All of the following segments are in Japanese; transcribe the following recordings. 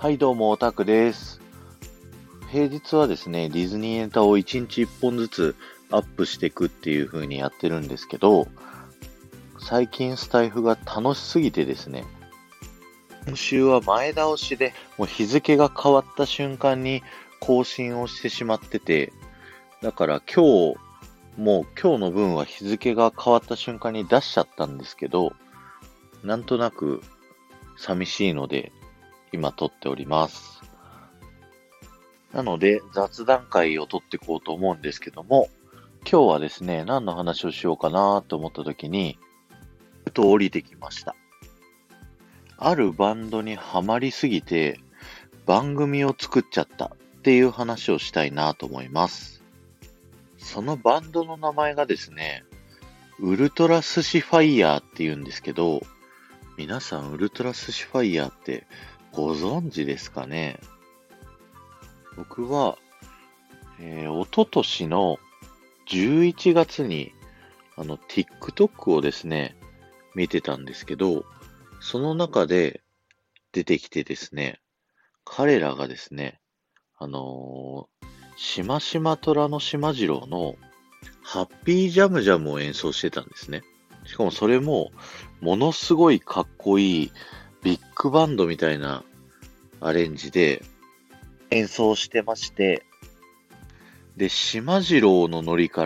はいどうも、オタクです。平日はですね、ディズニーネタを1日1本ずつアップしていくっていう風にやってるんですけど、最近スタイフが楽しすぎてですね、今週は前倒しで、もう日付が変わった瞬間に更新をしてしまってて、だからもう今日の分は日付が変わった瞬間に出しちゃったんですけど、なんとなく寂しいので今撮っております。なので、雑談会を取っていこうと思うんですけども、今日はですね、何の話をしようかなと思った時に、ふと降りてきました。あるバンドにはまりすぎて、番組を作っちゃったっていう話をしたいなと思います。そのバンドの名前がですね、ウルトラスシファイヤーって言うんですけど、皆さんウルトラスシファイヤーってご存知ですかね？僕は、一昨年の11月に、TikTok をですね、見てたんですけど、その中で出てきてですね、彼らがですね、しましま虎のしまじろうのハッピージャムジャムを演奏してたんですね。しかもそれも、ものすごいかっこいいビッグバンドみたいなアレンジで演奏してまして、で、しまじろうのノリから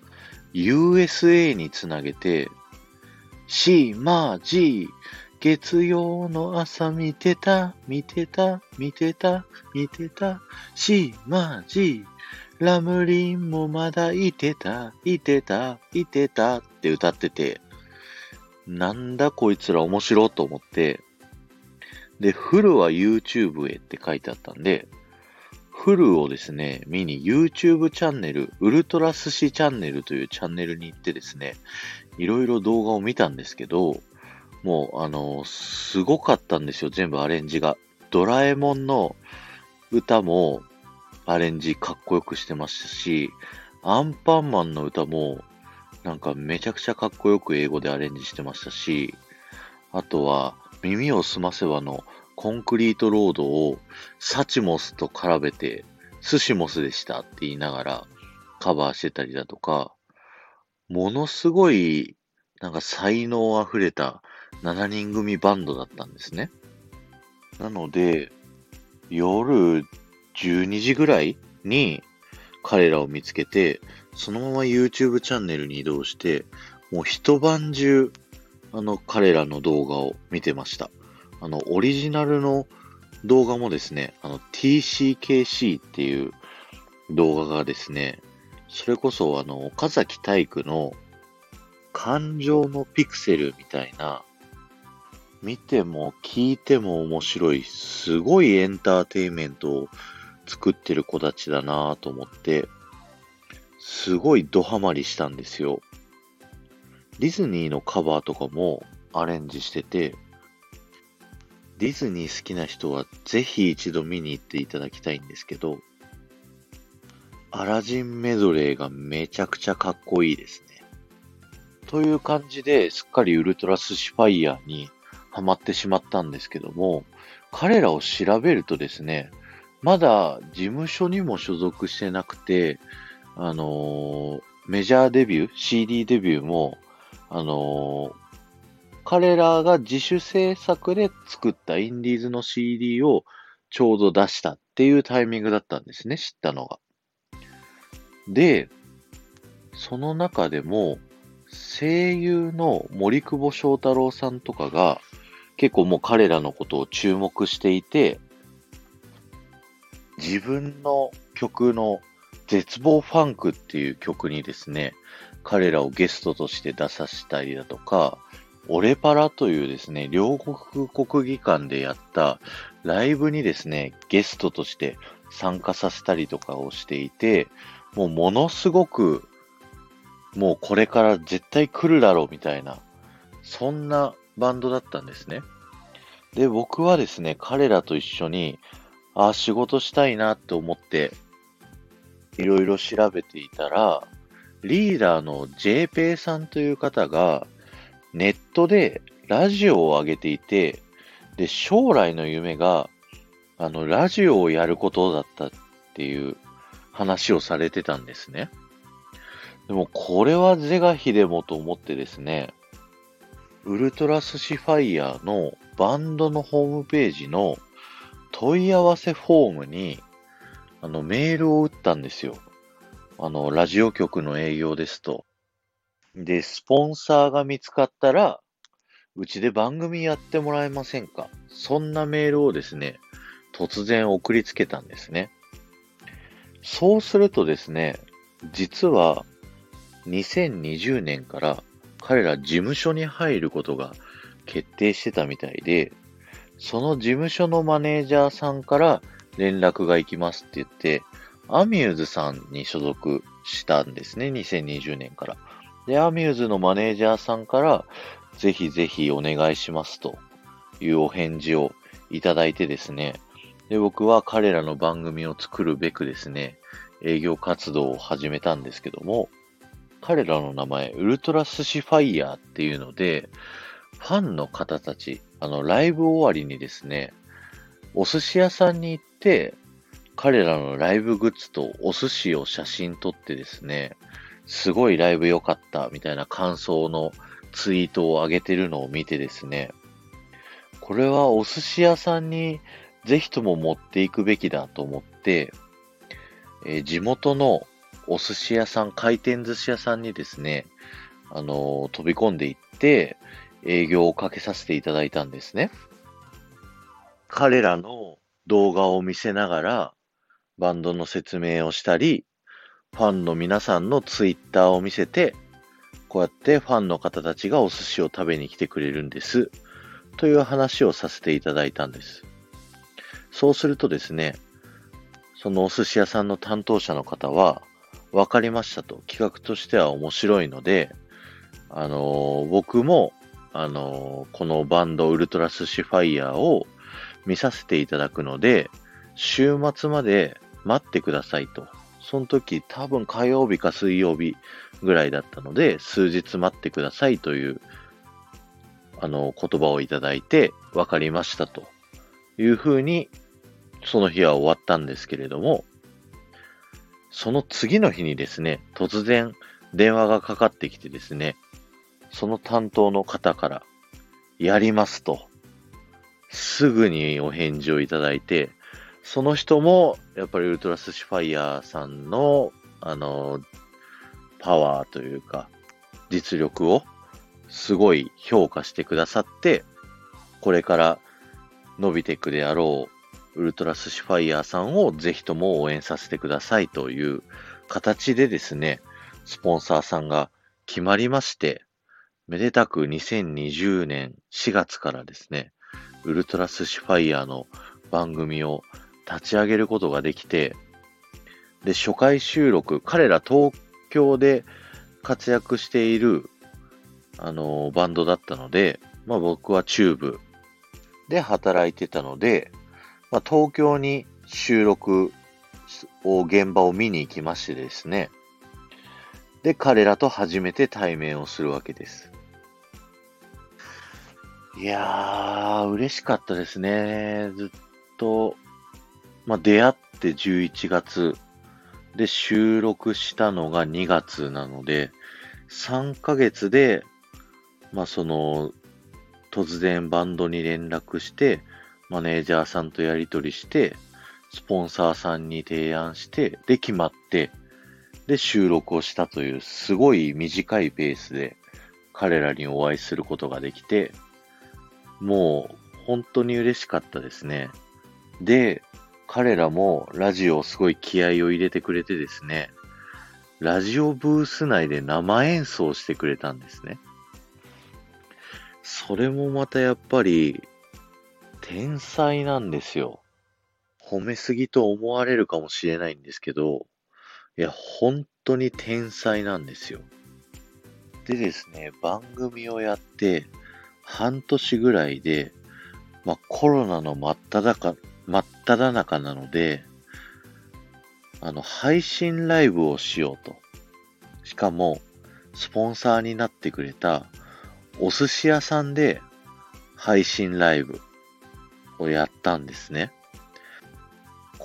USA につなげて、しまじ、月曜の朝見てた、見てた、見てた、見てた、しまじ、ラムリンもまだいてた、いてた、いてたって歌ってて、なんだこいつら面白いと思って、で、フルは YouTube へって書いてあったんで、フルをですね、見に YouTube チャンネル、ウルトラスシチャンネルというチャンネルに行ってですね、いろいろ動画を見たんですけど、もう、すごかったんですよ、全部アレンジが。ドラえもんの歌もアレンジかっこよくしてましたし、アンパンマンの歌もなんかめちゃくちゃかっこよく英語でアレンジしてましたし、あとは耳をすませばのコンクリートロードをサチモスと絡めてスシモスでしたって言いながらカバーしてたりだとか、ものすごいなんか才能あふれた7人組バンドだったんですね。なので、夜12時ぐらいに彼らを見つけて、そのまま YouTube チャンネルに移動して、もう一晩中、彼らの動画を見てました。オリジナルの動画もですね、TCKC っていう動画がですね、それこそ岡崎体育の感情のピクセルみたいな、見ても聞いても面白い、すごいエンターテインメントを作ってる子たちだなぁと思って、すごいドハマりしたんですよ。ディズニーのカバーとかもアレンジしてて、ディズニー好きな人はぜひ一度見に行っていただきたいんですけど、アラジンメドレーがめちゃくちゃかっこいいですね。という感じですっかりウルトラスシファイヤーにハマってしまったんですけども、彼らを調べるとですね、まだ事務所にも所属してなくて、メジャーデビュー、CD デビューも、あのー彼らが自主制作で作ったインディーズの CD をちょうど出したっていうタイミングだったんですね、知ったのが。で、その中でも、声優の森久保祥太郎さんとかが、結構もう彼らのことを注目していて、自分の曲の絶望ファンクっていう曲にですね、彼らをゲストとして出させたりだとか、オレパラというですね、両国国技館でやったライブにですね、ゲストとして参加させたりとかをしていて、もうものすごく、もうこれから絶対来るだろうみたいな、そんなバンドだったんですね。で、僕はですね、彼らと一緒に、仕事したいなって思って、いろいろ調べていたら、リーダーの JP さんという方が、ネットでラジオを上げていて、で、将来の夢が、 ラジオをやることだったっていう話をされてたんですね。でも、これは是が非でもと思ってですね、ウルトラスシファイヤーのバンドのホームページの問い合わせフォームに、メールを打ったんですよ。ラジオ局の営業ですと。で、スポンサーが見つかったら、うちで番組やってもらえませんか？そんなメールをですね、突然送りつけたんですね。そうするとですね、実は2020年から彼ら事務所に入ることが決定してたみたいで、その事務所のマネージャーさんから連絡が行きますって言って、アミューズさんに所属したんですね、2020年から。で、アミューズのマネージャーさんから、ぜひぜひお願いしますというお返事をいただいてですね、で、僕は彼らの番組を作るべくですね、営業活動を始めたんですけども、彼らの名前、ウルトラスシファイヤーっていうので、ファンの方たち、ライブ終わりにですね、お寿司屋さんに行って、彼らのライブグッズとお寿司を写真撮ってですね、すごいライブ良かったみたいな感想のツイートを上げてるのを見てですね、これはお寿司屋さんにぜひとも持っていくべきだと思って、地元のお寿司屋さん、回転寿司屋さんにですね、飛び込んでいって、営業をかけさせていただいたんですね。彼らの動画を見せながら、バンドの説明をしたり、ファンの皆さんのツイッターを見せて、こうやってファンの方たちがお寿司を食べに来てくれるんです。という話をさせていただいたんです。そうするとですね、そのお寿司屋さんの担当者の方は、わかりましたと。企画としては面白いので、僕も、このバンドウルトラスシファイヤーを見させていただくので、週末まで待ってくださいと。その時多分火曜日か水曜日ぐらいだったので、数日待ってくださいという、言葉をいただいて、わかりましたというふうに、その日は終わったんですけれども、その次の日にですね、突然電話がかかってきてですね、その担当の方から、やりますと、すぐにお返事をいただいて、その人も、やっぱりウルトラスシファイヤーさんの、パワーというか、実力をすごい評価してくださって、これから伸びていくであろう、ウルトラスシファイヤーさんをぜひとも応援させてくださいという形でですね、スポンサーさんが決まりまして、めでたく2020年4月からですね、ウルトラスシファイヤーの番組を立ち上げることができて、で、初回収録、彼ら東京で活躍している、バンドだったので、まあ僕はチューブで働いてたので、まあ東京に収録を、現場を見に行きましてですね、で、彼らと初めて対面をするわけです。いやー、嬉しかったですね。ずっと、まあ、出会って11月で収録したのが2月なので、3ヶ月で、まあ、突然バンドに連絡して、マネージャーさんとやり取りして、スポンサーさんに提案して、で、決まって、で、収録をしたという、すごい短いペースで、彼らにお会いすることができて、もう、本当に嬉しかったですね。で、彼らもラジオをすごい気合を入れてくれてですね、ラジオブース内で生演奏してくれたんですね。それもまたやっぱり、天才なんですよ。褒めすぎと思われるかもしれないんですけど、いや、本当に天才なんですよ。でですね、番組をやって半年ぐらいで、まあ、コロナの真っ只中なので、配信ライブをしようと。しかも、スポンサーになってくれたお寿司屋さんで配信ライブをやったんですね。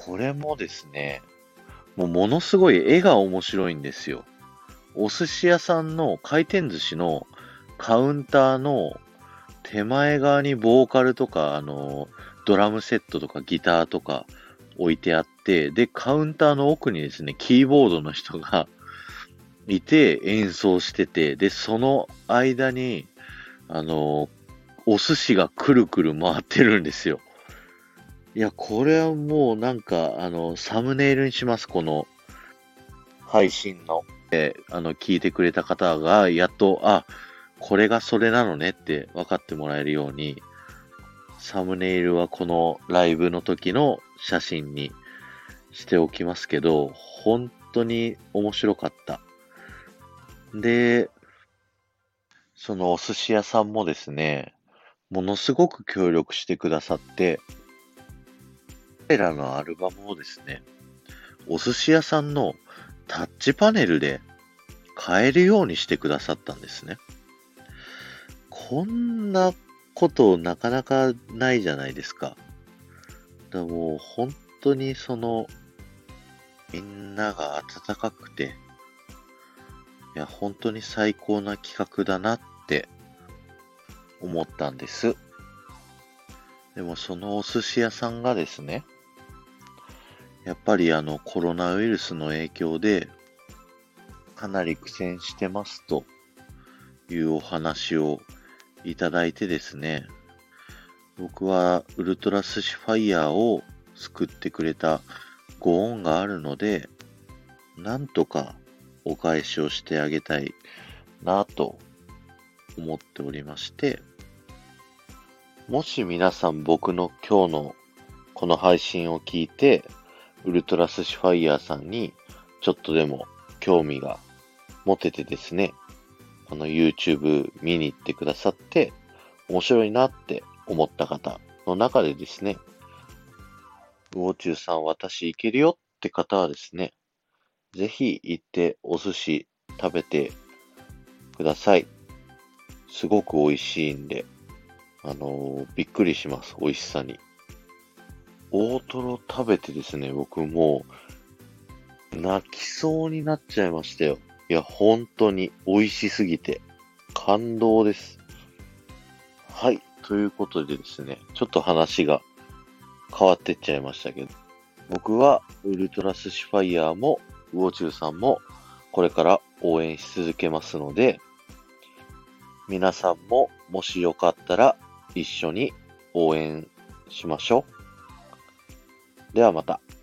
これもですね、もうものすごい絵が面白いんですよ。お寿司屋さんの回転寿司のカウンターの手前側にボーカルとか、ドラムセットとかギターとか置いてあって、で、カウンターの奥にですね、キーボードの人がいて演奏してて、で、その間に、お寿司がくるくる回ってるんですよ。いや、これはもうなんか、サムネイルにします、この配信の。聞いてくれた方が、やっと、あ、これがそれなのねって分かってもらえるように、サムネイルはこのライブの時の写真にしておきますけど、本当に面白かった。で、そのお寿司屋さんもですね、ものすごく協力してくださって、彼らのアルバムをですね、お寿司屋さんのタッチパネルで買えるようにしてくださったんですね。こんなことなかなかないじゃないですか。だからもう本当にみんなが温かくて、いや、本当に最高な企画だなって思ったんです。でもそのお寿司屋さんがですね、やっぱりコロナウイルスの影響でかなり苦戦してますというお話をいただいてですね、僕はウルトラスシファイヤーを救ってくれたご恩があるので、なんとかお返しをしてあげたいなと思っておりまして、もし皆さん僕の今日のこの配信を聞いて、ウルトラスシファイヤーさんにちょっとでも興味が持ててですね、YouTube 見に行ってくださって、面白いなって思った方の中でですね、魚中さん私行けるよって方はですね、ぜひ行ってお寿司食べてください。すごく美味しいんで、びっくりします、美味しさに。大トロ食べてですね、僕もう泣きそうになっちゃいましたよ。いや、本当に美味しすぎて感動です。はい。ということでですね、ちょっと話が変わってっちゃいましたけど、僕はウルトラスシファイヤーも魚中さんもこれから応援し続けますので、皆さんももしよかったら一緒に応援しましょう。ではまた。